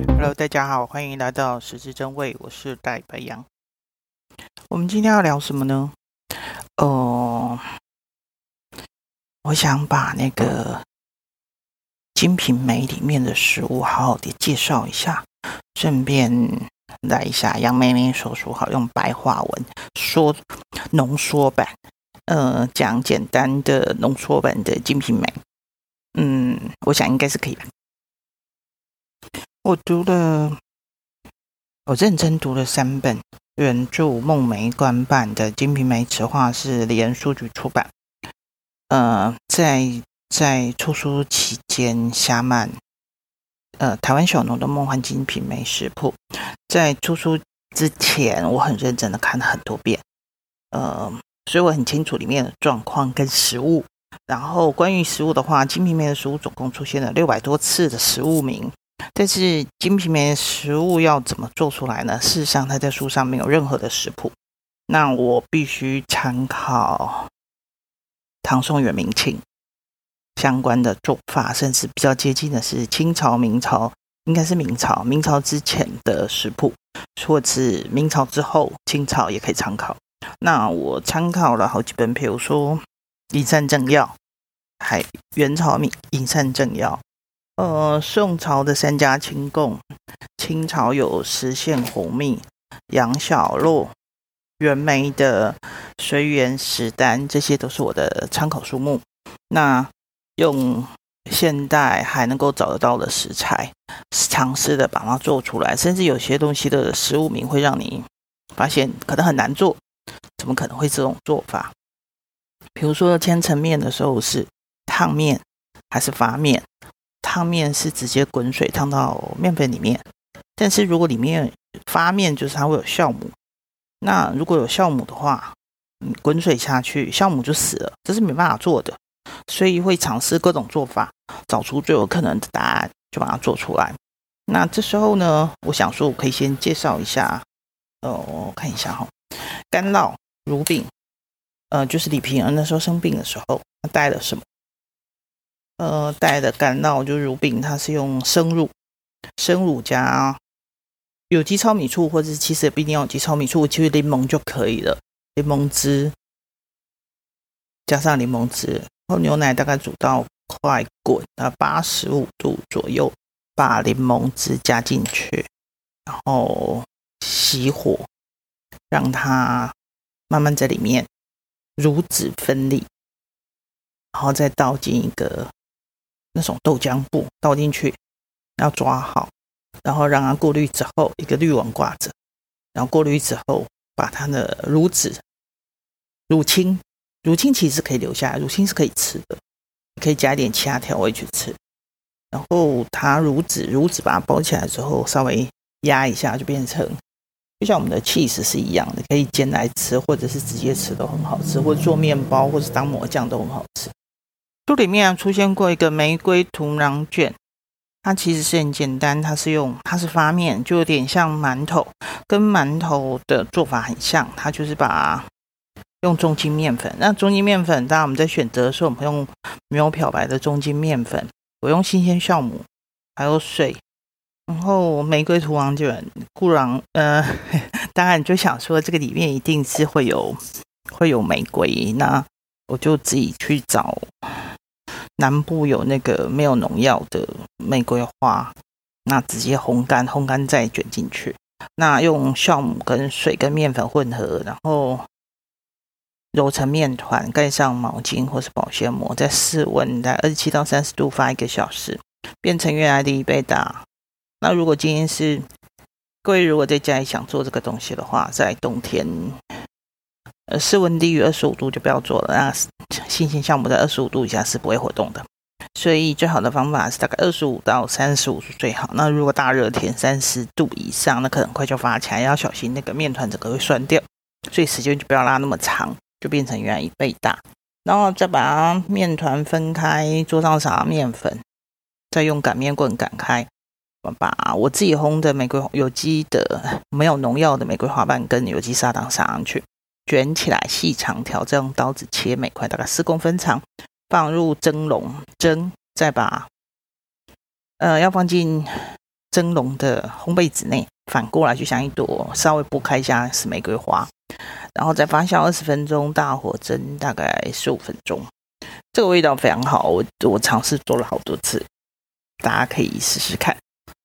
Hello， 大家好，欢迎来到十字真味，我是戴白杨。我们今天要聊什么呢？我想把那个精品梅里面的食物好好的介绍一下，顺便来一下杨妹妹说书好用白话文说浓缩版，讲简单的浓缩版的精品梅。我想应该是可以吧。我认真读了3本原著孟梅官版的《金瓶梅》词话，是联书局出版。在出书期间下满台湾小农的梦幻金瓶梅食谱。在出书之前，我很认真的看了很多遍，所以我很清楚里面的状况跟食物。然后关于食物的话，金瓶梅的食物总共出现了600多次的食物名。但是金瓶梅的食物要怎么做出来呢？事实上它在书上没有任何的食谱，那我必须参考唐宋元明清相关的做法，甚至比较接近的是清朝明朝，应该是明朝之前的食谱，或者是明朝之后清朝也可以参考。那我参考了好几本，比如说饮膳正要，还元朝饮膳正要，宋朝的三家清供，清朝有实现红蜜、杨小洛、袁枚的随园食单，这些都是我的参考书目。那用现代还能够找得到的食材，尝试的把它做出来，甚至有些东西的食物名会让你发现可能很难做，怎么可能会这种做法？比如说千层面的时候是烫面还是发面？烫面是直接滚水烫到面粉里面，但是如果里面发面就是它会有酵母，那如果有酵母的话，滚水下去酵母就死了，这是没办法做的，所以会尝试各种做法，找出最有可能的答案，就把它做出来。那这时候呢，我想说我可以先介绍一下，我看一下干酪、乳饼，就是李瓶儿那时候生病的时候，他带了什么？带的干酪就乳饼，它是用生乳加有机糙米醋，或者其实也不一定要有机糙米醋，其实柠檬就可以了，柠檬汁加上柠檬汁，然后牛奶大概煮到快滚到85度左右，把柠檬汁加进去，然后熄火，让它慢慢在里面乳脂分离，然后再倒进一个那种豆浆布，倒进去要抓好，然后让它过滤之后，一个滤网挂着，然后过滤之后把它的乳清其实可以留下来，乳清是可以吃的，可以加一点其他调味去吃。然后它乳脂把它包起来之后，稍微压一下就变成，就像我们的 cheese 是一样的，可以煎来吃，或者是直接吃都很好吃，或者做面包，或者当抹酱都很好吃。书里面出现过一个玫瑰土壤卷，它其实是很简单，它是发面，就有点像馒头，跟馒头的做法很像，它就是用中筋面粉。那中筋面粉，当然我们在选择的时候，我们用没有漂白的中筋面粉，我用新鲜酵母，还有水，然后玫瑰土壤卷，当然你就想说这个里面一定是会有玫瑰，那我就自己去找南部有那个没有农药的玫瑰花，那直接烘干再卷进去，那用酵母跟水跟面粉混合，然后揉成面团，盖上毛巾或是保鲜膜，在室温在27到30度发1个小时，变成原来的1倍大。那如果今天是各位如果在家里想做这个东西的话，在冬天室温低于25度就不要做了，那新鲜酵母在25度以下是不会活动的，所以最好的方法是大概25到35是最好。那如果大热天30度以上，那可能快就发起来，要小心那个面团整个会酸掉，所以时间就不要拉那么长，就变成原来1倍大。然后再把面团分开，桌上撒面粉，再用擀面棍擀开，把我自己烘的玫瑰有机的没有农药的玫瑰花瓣跟有机砂糖撒上去，卷起来细长条，再用刀子切每块大概4公分长，放入蒸笼蒸，再把要放进蒸笼的烘焙纸内，反过来就像一朵稍微剥开一下是玫瑰花，然后再发酵20分钟，大火蒸大概15分钟。这个味道非常好，我尝试做了好多次，大家可以试试看。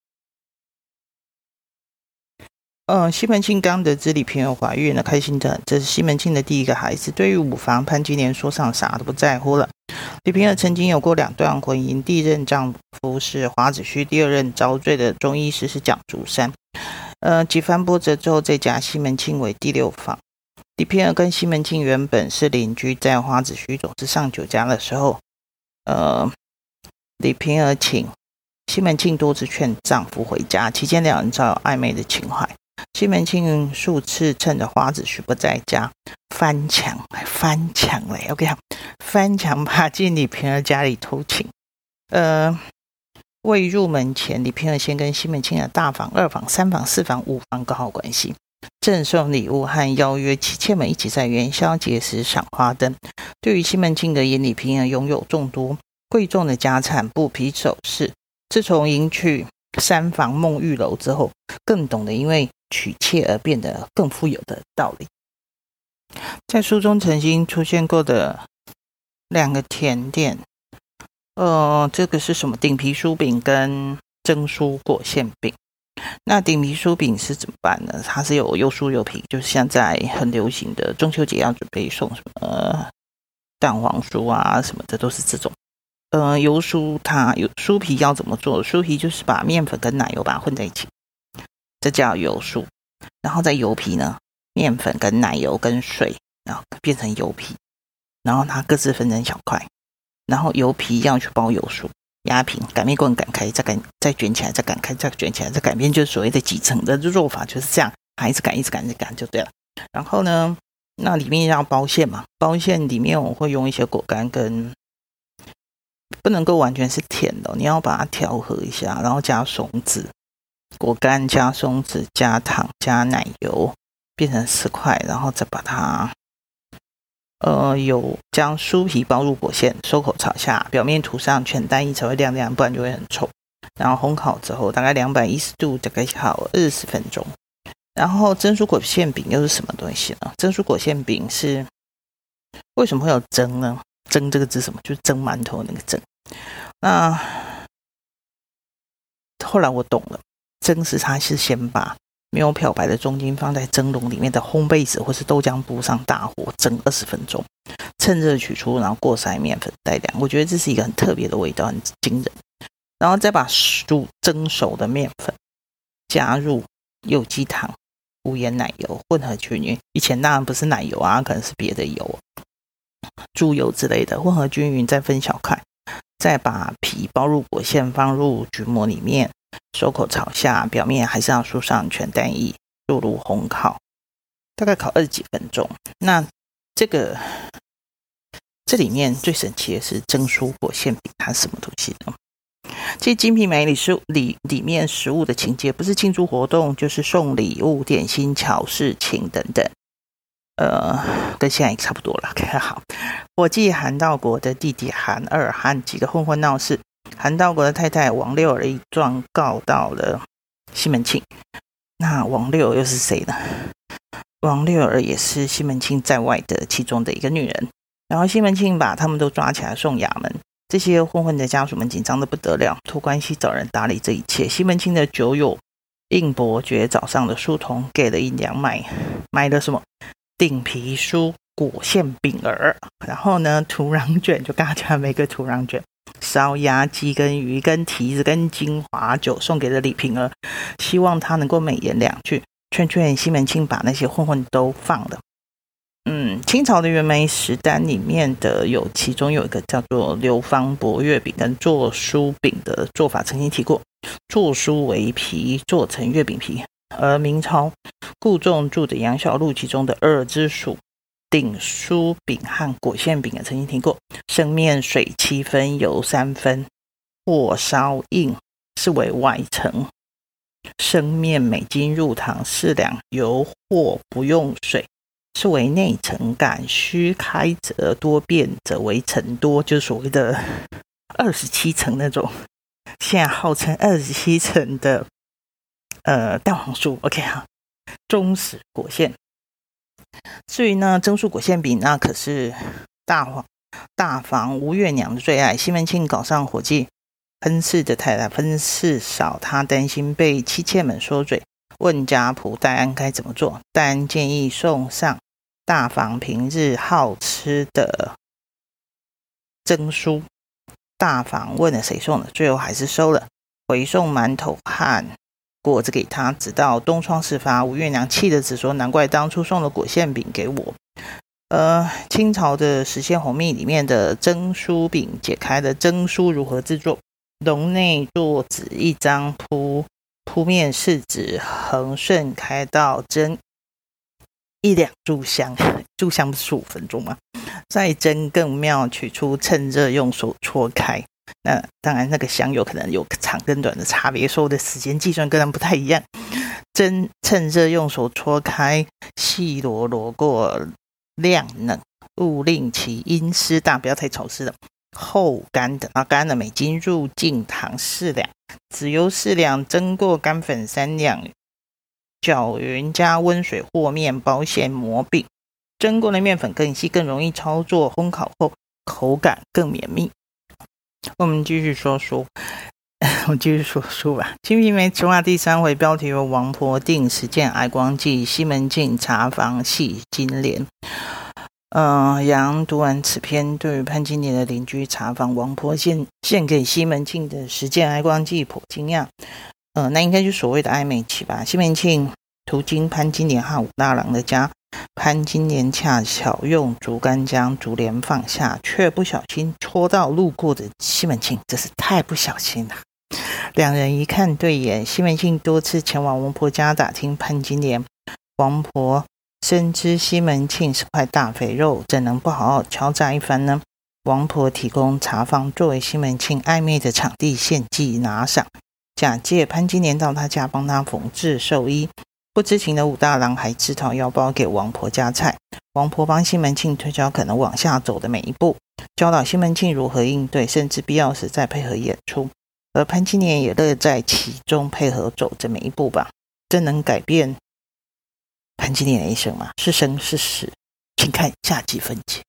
西门庆刚得知李萍儿怀孕了，开心的很。这是西门庆的第一个孩子。对于乳房，潘金莲说上啥都不在乎了。李萍儿曾经有过2段婚姻，第一任丈夫是华子虚，第二任遭罪的中医师是蒋竹山。几番波折之后，再嫁西门庆为第6房。李萍儿跟西门庆原本是邻居，在花子虚总是上酒家的时候，李萍儿请西门庆多次劝丈夫回家，期间两人早有暧昧的情怀。西门庆数次趁着花子虚不在家，翻墙嘞！我跟你讲，翻墙爬进李萍儿家里偷情。未入门前，李萍儿先跟西门庆的大房、2房、3房、4房、5房搞好关系，赠送礼物和邀约妻妾们一起在元宵节时赏花灯。对于西门庆而言，李萍儿拥有众多贵重的家产、布匹、首饰。自从迎娶3房孟玉楼之后，更懂得因为娶妾而变得更富有的道理。在书中曾经出现过的2个甜点，这个是什么？顶皮酥饼跟蒸酥果馅饼。那顶皮酥饼是怎么办呢？它是有又酥又皮，就是现在很流行的中秋节要准备送什么蛋黄酥啊什么的，都是这种。油酥它有酥皮要怎么做？酥皮就是把面粉跟奶油把它混在一起，这叫油酥。然后在油皮呢，面粉跟奶油跟水，然后变成油皮，然后它各自分成小块，然后油皮要去包油酥，压平，擀面棍擀开，再卷起来，再擀开，再卷起来，再擀面，就是所谓的几层的做法，就是这样，一直擀，一直擀，一直擀就对了。然后呢，那里面要包馅嘛，包馅里面我会用一些果干跟。不能够完全是甜的，你要把它调和一下，然后加松子、果干加松子加糖加奶油，变成4块，然后再把它有将酥皮包入果馅，收口炒下，表面涂上全蛋液才会亮亮，不然就会很臭。然后烘烤之后，大概210度，大概烤20分钟。然后蒸酥果馅饼又是什么东西呢？蒸酥果馅饼是为什么会有蒸呢？蒸这个字什么？就是蒸馒头那个蒸。那后来我懂了，蒸是它是先把没有漂白的中筋放在蒸笼里面的烘焙纸或是豆浆布上大火蒸20分钟，趁热取出，然后过筛面粉带凉。我觉得这是一个很特别的味道，很惊人。然后再把蒸熟的面粉加入有机糖、无盐奶油混合均匀。以前当然不是奶油啊，可能是别的油，猪油之类的，混合均匀，再分小块，再把皮包入果馅，放入焗膜里面，收口炒下，表面还是要梳上全蛋液，入炉烘烤，大概烤20几分钟。那这里面最神奇的是蒸酥果馅饼，它是什么东西呢？其实《金瓶梅》里面食物的情节，不是庆祝活动，就是送礼物、点心、巧事情等等。跟现在也差不多了。好，我继韩道国的弟弟韩二和几个混混闹事，韩道国的太太王六儿一状告到了西门庆。那王六儿又是谁呢？王六儿也是西门庆在外的其中的一个女人。然后西门庆把他们都抓起来送衙门，这些混混的家属们紧张的不得了，托关系找人打理这一切。西门庆的酒友应伯爵早上的书童给了1两买了什么？顶皮酥果馅饼儿，然后呢土壤卷，就刚才每个土壤卷，烧鸭鸡跟鱼跟蹄子跟金华酒送给了李萍儿，希望他能够美言2句，劝西门庆把那些混混都放了。清朝的元梅食单里面的其中有一个叫做流芳薄月饼跟做酥饼的做法曾经提过，做酥为皮做成月饼皮，而明朝顾仲著的《杨小录》其中的2之属顶酥饼和果馅饼也曾经提过，生面水7分油3分，火烧硬是为外层，生面每斤入糖4两，油或不用水是为内层，感虚开则多变则为层多，就是所谓的27层那种，现在号称27层的蛋黄酥 OK 啊，中式果馅。至于呢蒸酥果馅饼，那可是大房吴月娘的最爱。西门庆搞上伙计分饰的太太分饰少，他担心被妻妾们说嘴，问家仆戴安该怎么做。戴安建议送上大房平日好吃的蒸酥。大房问了谁送的，最后还是收了，回送馒头和果子给他。直到东窗事发，吴月娘气得直说，难怪当初送了果馅饼给我。清朝的实现红蜜里面的蒸酥饼解开了蒸酥如何制作。笼内做纸一张，铺面是纸，横顺开到蒸1-2炷香，炷香不是15分钟吗？再蒸更妙，取出趁热用手搓开。那当然那个香有可能有长跟短的差别，所有的时间计算跟人不太一样。趁热用手搓开，细罗过晾冷，勿令其阴湿大，不要太潮湿了。后干，等到干了，每斤入净糖4两，籽油4两，蒸过干粉3两，搅匀加温水和面包馅磨饼。蒸过的面粉更细，更容易操作，烘烤后口感更绵密。我们继续说书吧。金瓶梅词话第3回，标题为王婆定实践哀光记，西门庆茶房戏金莲。杨读完此篇，对于潘金莲的邻居茶房王婆献给西门庆的实践哀光记颇惊讶。那应该就是所谓的暧昧期吧。西门庆途经潘金莲和武大郎的家，潘金莲恰巧用竹竿将竹帘放下，却不小心戳到路过的西门庆，这是太不小心了。两人一看对眼，西门庆多次前往王婆家打听潘金莲，王婆深知西门庆是块大肥肉，怎能不好好敲诈一番呢？王婆提供茶坊作为西门庆暧昧的场地，献计拿赏，假借潘金莲到他家帮他缝制寿衣。不知情的武大郎还自掏腰包给王婆夹菜。王婆帮西门庆推销可能往下走的每一步，教导西门庆如何应对，甚至必要时再配合演出。而潘金莲也乐在其中，配合走这每一步吧。真能改变潘金莲的一生吗？是生是死，请看下集分解。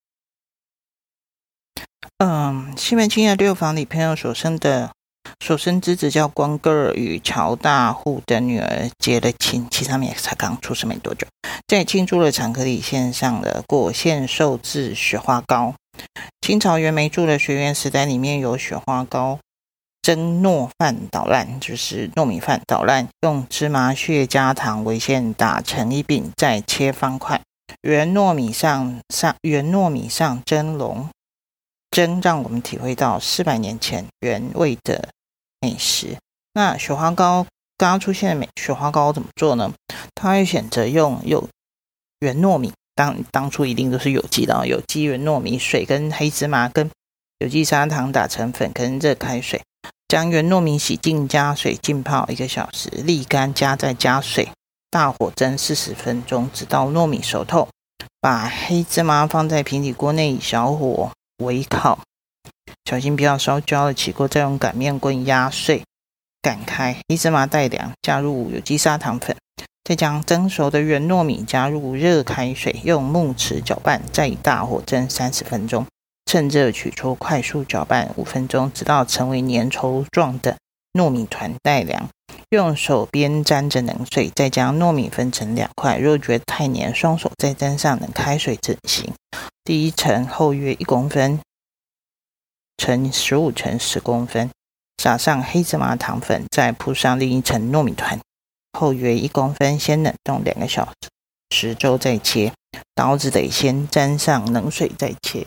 西门庆在六房里朋友所生之子叫光哥儿，与乔大户的女儿结了亲，其实他们也才刚出生没多久。在庆祝的场合里献上了果馅寿制雪花糕。清朝袁枚著的学园时代里面有雪花糕蒸糯饭捣烂，就是糯米饭捣烂，用芝麻屑加糖为馅打成一饼，再切方块，原糯米上蒸笼，让我们体会到400年前原味的美食。那雪花糕刚刚出现的雪花糕怎么做呢？它会选择用原糯米，当初一定都是有机的，有机原糯米，水跟黑芝麻跟有机砂糖打成粉，跟热开水，将原糯米洗净，加水浸泡1个小时，沥干，再加水，大火蒸40分钟，直到糯米熟透。把黑芝麻放在平底锅内，以小火微烤，小心不要烧焦了。起锅再用擀面棍压碎，擀开，黑芝麻带凉，加入有机砂糖粉，再将蒸熟的原糯米加入热开水，用木匙搅拌，再以大火蒸30分钟，趁热取出，快速搅拌5分钟，直到成为粘稠状的糯米团带凉。用手边沾着冷水，再将糯米分成2块，若觉得太黏，双手再沾上冷开水整形。第一层厚约1公分乘15乘10公分，撒上黑芝麻糖粉，再铺上另一层糯米团，厚约1公分，先冷冻2个小时之后再切。刀子得先沾上冷水再切。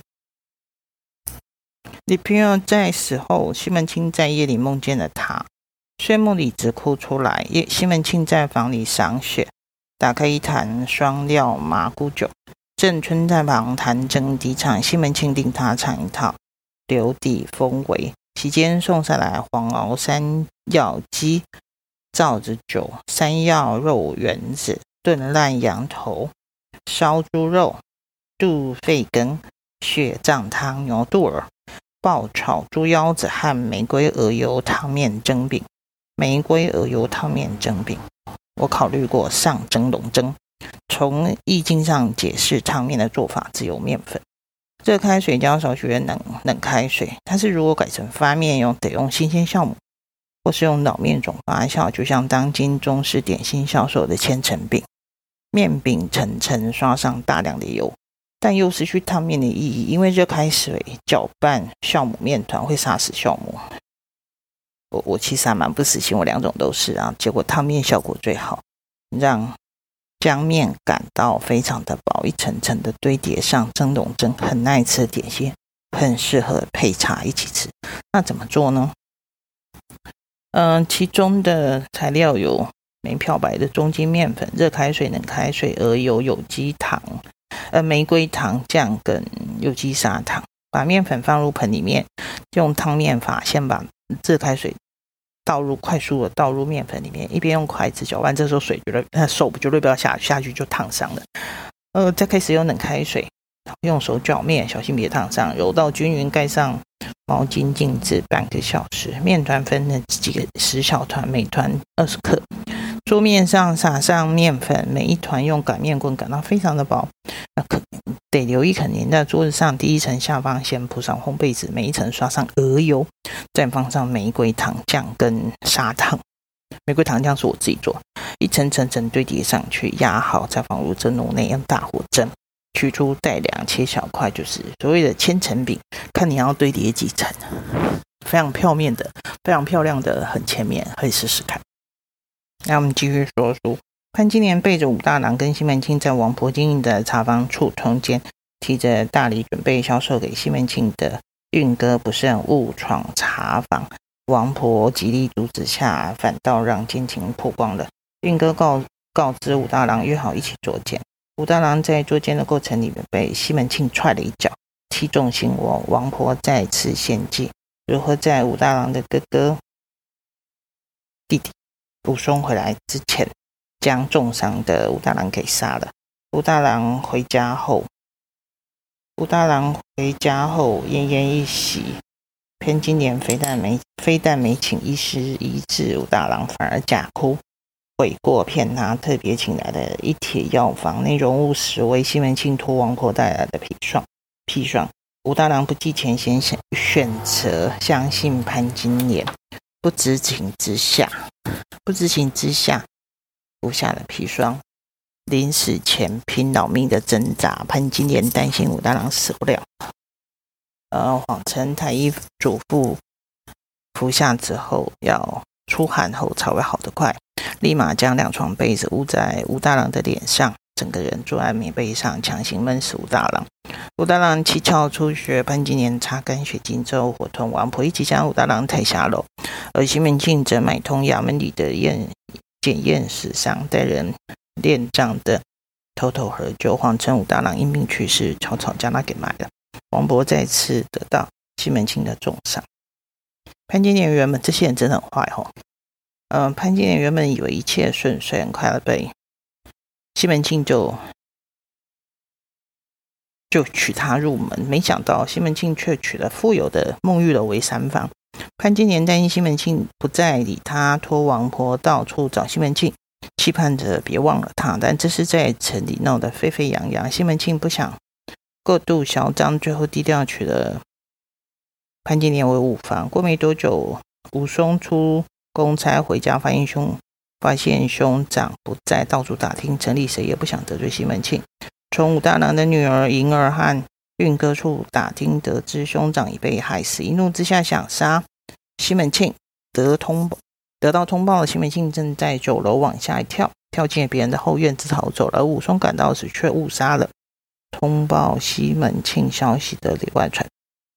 李朋友在死后，西门庆在夜里梦见了他，睡梦里直哭出来。西门庆在房里赏雪，打开一坛双料麻姑酒，郑春在旁弹筝低唱，西门庆令他唱一套留底风味。期间送上来黄熬山药鸡、罩子酒、山药肉圆子、炖烂羊头、烧猪肉、肚肺羹、血藏汤、牛肚儿、爆炒猪腰子和玫瑰鹅油汤面蒸饼。 我考虑过上蒸笼蒸。从易经上解释烫面的做法只有面粉、热开水加少许的冷开水。但是如果改成发面得用新鲜酵母，或是用老面种发酵，就像当今中式点心销售的千层饼，面饼层层刷上大量的油，但又失去烫面的意义，因为热开水搅拌酵母面团会杀死酵母。我其实还蛮不死心，我两种都是啊，结果烫面效果最好，让将面擀到非常的薄，一层层的堆叠上蒸笼蒸，很耐吃的点心，很适合配茶一起吃。那怎么做呢？其中的材料有没漂白的中筋面粉、热开水、冷开水、鹅油、有机糖、玫瑰糖酱跟有机砂糖。把面粉放入盆里面，用烫面法先把热开水快速的倒入面粉里面，一边用筷子搅拌，这时候手绝对不要下去就烫伤了。再开始用冷开水，用手搅面，小心别烫伤，揉到均匀，盖上毛巾静置半个小时。面团分成10小团，每团20克。桌面上撒上面粉，每一团用擀面棍擀到非常的薄，得留意肯粘在桌子上。第一层下方先铺上烘焙纸，每一层刷上鹅油，再放上玫瑰糖酱跟砂糖。玫瑰糖酱是我自己做，一层层堆叠上去，压好再放入蒸笼内，用大火蒸。取出带梁切小块，就是所谓的千层饼，看你要堆叠几层，非常漂亮的很前面，可以试试看。那我们继续说书。潘金莲背着武大郎跟西门庆在王婆经营的茶坊处中间，提着大礼准备销售给西门庆的运哥不慎误闯茶坊，王婆极力阻止下，反倒让奸情曝光了。运哥告知武大郎约好一起捉奸，武大郎在捉奸的过程里面被西门庆踹了一脚，踢中心窝。王婆再次献计，如何在武大郎的哥哥弟弟武松回来之前将重伤的武大郎给杀了。武大郎回家后奄奄一息，潘金莲非但没请医师医治武大郎，反而假哭悔过，骗他特别请来的一帖药方，内容务实，为西门庆托王婆带来的砒霜。武大郎不计前嫌，选择相信潘金莲，不知情之下服下了砒霜。临死前拼老命的挣扎，潘金莲担心武大郎死不了，谎称太医嘱咐服下之后要出汗后才会好得快，立马将2床被子捂在武大郎的脸上，整个人坐在棉被上，强行闷死武大郎。武大郎七窍出血，潘金莲擦干血巾之后，伙同王婆一起将武大郎抬下楼，而西门庆则买通衙门里的检验室上带人练账的，偷偷喝酒，谎称武大郎因病去世，草草将他给埋了。王婆再次得到西门庆的重赏。潘金莲原本这些人真的很坏潘金莲原本以为一切顺遂，很快乐被西门庆就娶她入门，没想到西门庆却娶了富有的孟玉楼为三房。潘金莲担心西门庆不再理他，托王婆到处找西门庆，期盼着别忘了他，但这是在城里闹得沸沸扬扬。西门庆不想过度嚣张，最后低调娶了潘金莲为五房。过没多久，武松出公差回家，发现兄长不在，到处打听，城里谁也不想得罪西门庆。从武大郎的女儿银儿和运哥处打听得知兄长已被害死，一怒之下想杀西门庆。得到通报的西门庆正在酒楼往下一跳进别人的后院子逃走了，而武松赶到时却误杀了通报西门庆消息的李外传。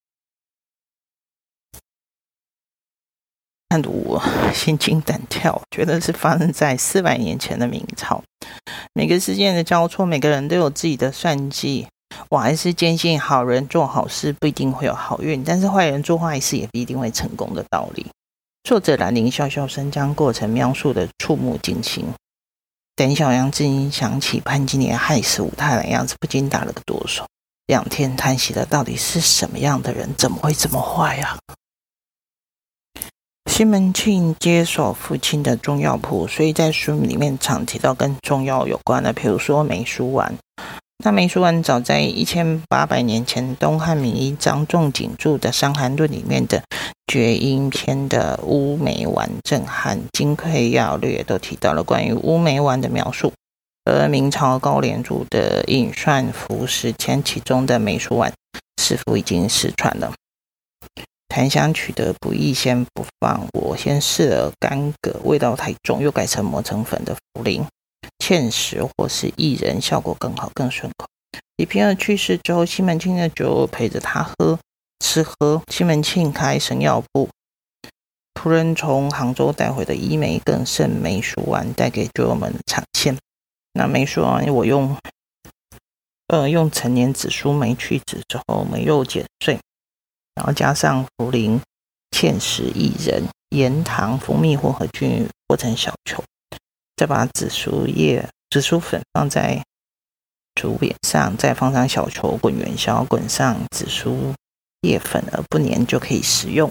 看得我心惊胆跳，觉得是发生在400年前的明朝。每个事件的交错，每个人都有自己的算计。我还是坚信好人做好事不一定会有好运，但是坏人做坏事也不一定会成功的道理。作者兰陵笑笑声将过程描述的触目惊心。等小杨至今想起潘金莲害死武太郎样子，不禁打了个哆嗦，仰天叹息的到底是什么样的人，怎么会这么坏啊？ 西门庆接手父亲的中药铺，所以在书里面常提到跟中药有关的，比如说梅书丸。那梅书丸早在1800年前，东汉名医张仲景著的《伤寒论》里面的厥阴篇的乌梅丸镇汗、金匮要略都提到了关于乌梅丸的描述。而明朝高廉著的《饮涮服食签》其中的梅书丸似乎已经失传了。檀香取得不易，先不放，我先试了干葛，味道太重，又改成磨成粉的茯苓、芡实或是薏仁，效果更好，更顺口。李瓶儿去世之后，西门庆的酒友陪着他吃喝。西门庆开生药铺，仆人从杭州带回的医梅更胜梅书丸带给酒友们的尝鲜。那梅书丸我用陈年紫苏梅去籽之后，梅肉剪碎，然后加上茯苓、芡实、薏仁、盐、糖、蜂蜜混合均匀，和成小球，再把紫苏粉放在竹匾上，再放上小球滚元宵，滚上紫苏叶粉而不粘，就可以食用。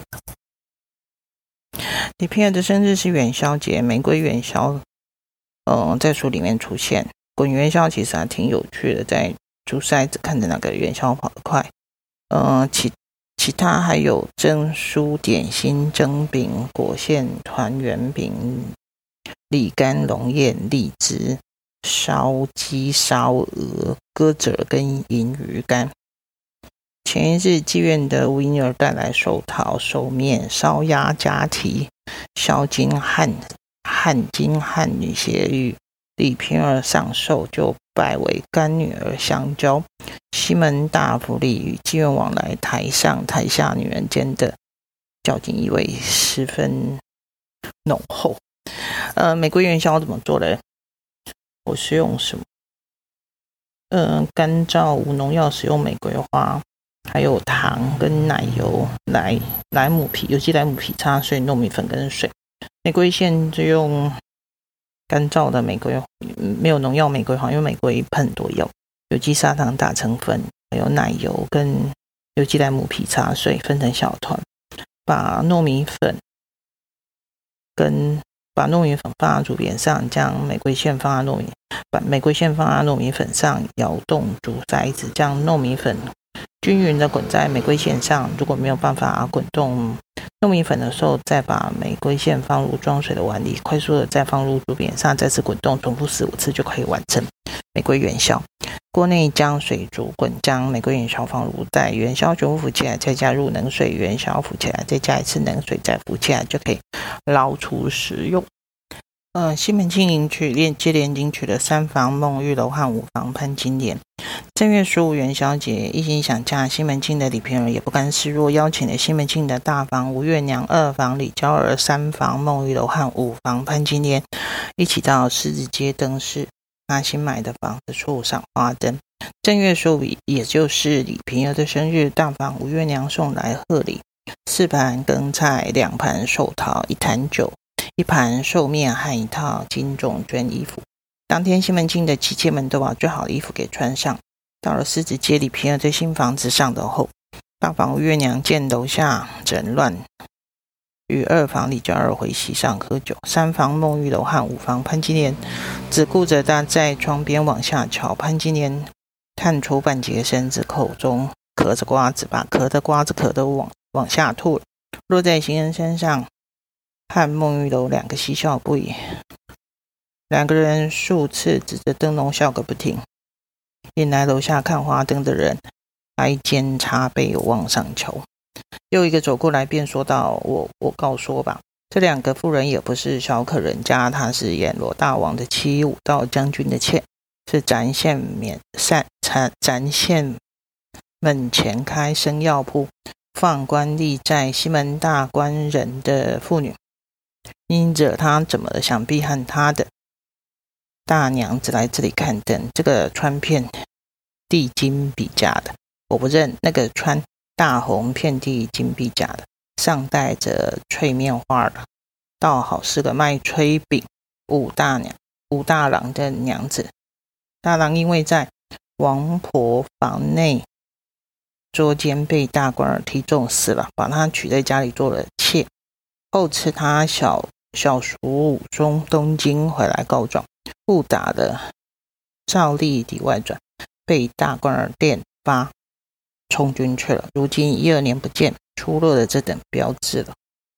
李瓶儿的生日是元宵节，玫瑰元宵在书里面出现。滚元宵其实还挺有趣的，在竹筛子看着哪个元宵跑得快。其他还有蒸酥、点心、蒸饼、果馅、团圆饼、栗干、龙眼、荔枝、烧鸡、烧鹅、鸽子儿跟银鱼干。前一日妓院的吴银儿带来寿桃、寿面、烧鸭、夹蹄、烧金汉金汉女鞋玉。李瓶儿上寿，就拜为干女儿相交。西门大夫里与妓院往来，台上台下女人间的交情意味十分浓厚。玫瑰元宵怎么做的？我是用什么？干燥无农药，使用玫瑰花，还有糖跟奶油、莱姆皮、有机莱姆皮擦碎糯米粉跟水。玫瑰馅就用干燥的玫瑰，没有农药玫瑰花，因为玫瑰喷很多药。有机砂糖打成粉，还有奶油跟有机莱姆皮擦碎，分成小团，把糯米粉放在竹匾上，将玫瑰馅放在糯米粉上，摇动竹筛子，将糯米粉均匀的滚在玫瑰馅上。如果没有办法滚动糯米粉的时候，再把玫瑰馅放入装水的碗里，快速的再放入竹匾上，再次滚动，重复4-5次就可以完成玫瑰元宵。锅内将水煮滚，将玫瑰元宵放入袋，元宵全部浮起来，再加入冷水，元宵浮起来，再加一次冷水，再浮起来，就可以捞出食用。西门庆接连领取了3房孟玉楼和5房潘金莲。正月15元宵节，一心想嫁西门庆的李瓶儿也不甘示弱，邀请了西门庆的大房吴月娘、2房李娇儿、3房孟玉楼和5房潘金莲一起到狮子街灯市拿新买的房子处赏花灯。正月15也就是李瓶儿的生日，大房吴月娘送来贺礼：4盘羹菜、2盘寿桃、1坛酒、1盘寿面和1套金种绢衣服。当天西门庆的妻妾们都把最好的衣服给穿上。到了狮子街，李瓶儿在新房子上楼后，大房吴月娘见楼下整乱，与2房李娇儿回席上喝酒。3房孟玉楼和5房潘金莲只顾着站在窗边往下瞧。潘金莲探出半截身子，口中嗑着瓜子，把嗑的瓜子嗑得往下吐了，落在行人身上，和孟玉楼2个嬉笑不已。2个人数次指着灯笼笑个不停，引来楼下看花灯的人挨肩插背往上瞧。又一个走过来便说道：我告说吧，这2个妇人也不是小可人家，她是阎罗大王的妻，武道将军的妾，是咱县门前开生药铺放官吏在西门大官人的妇女，因惹他怎么了？想必和他的大娘子来这里看灯，这个穿遍地金比价的我不认，那个穿大红遍地金币甲的，上带着翠面花的，倒好是个卖炊饼武大郎的娘子。大郎因为在王婆房内捉奸被大官儿踢中死了，把他娶在家里做了妾。 后赐他小蜀中东京回来告状，误打的照例抵外转，被大官儿电发充军去了。如今12年不见，出落了这等标志了。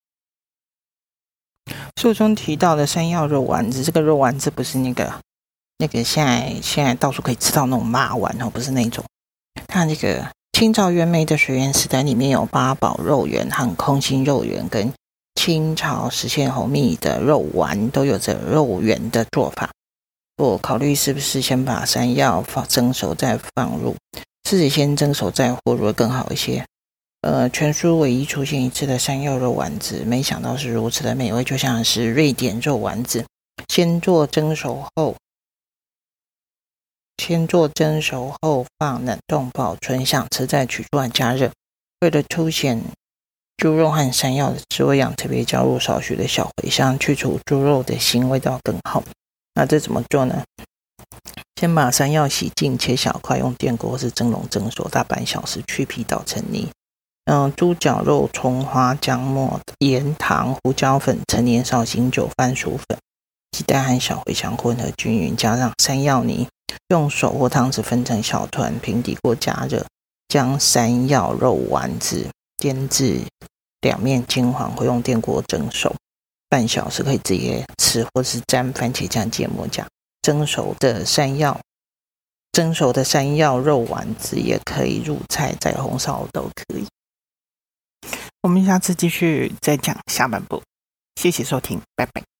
书中提到的山药肉丸子，这个肉丸子不是那个现在到处可以吃到那种麻丸哦，不是那种。它这个清朝元梅的水源时代里面有八宝肉圆和空心肉圆，跟清朝实现后秘的肉丸都有着肉圆的做法。我考虑是不是先把山药蒸熟再放入，自己先蒸熟再和入更好一些。全书唯一出现一次的山药肉丸子，没想到是如此的美味，就像是瑞典肉丸子，先做蒸熟后放冷冻保存，想吃再取出来加热。为了凸显猪肉和山药的滋味，特别加入少许的小茴香，去除猪肉的腥，味道更好。那这怎么做呢？先把山药洗净，切小块，用电锅或是蒸笼蒸熟大半小时，去皮捣成泥。猪脚肉、葱花、姜末、盐、糖、胡椒粉、陈年绍兴酒、番薯粉、鸡蛋和小茴香混合均匀，加上山药泥，用手或汤匙分成小团，平底锅加热，将山药肉丸子煎至两面金黄，会用电锅蒸熟半小时，可以直接吃，或是沾番茄酱、芥末酱。蒸熟的山药肉丸子也可以入菜，再红烧都可以。我们下次继续再讲下半部，谢谢收听，拜拜。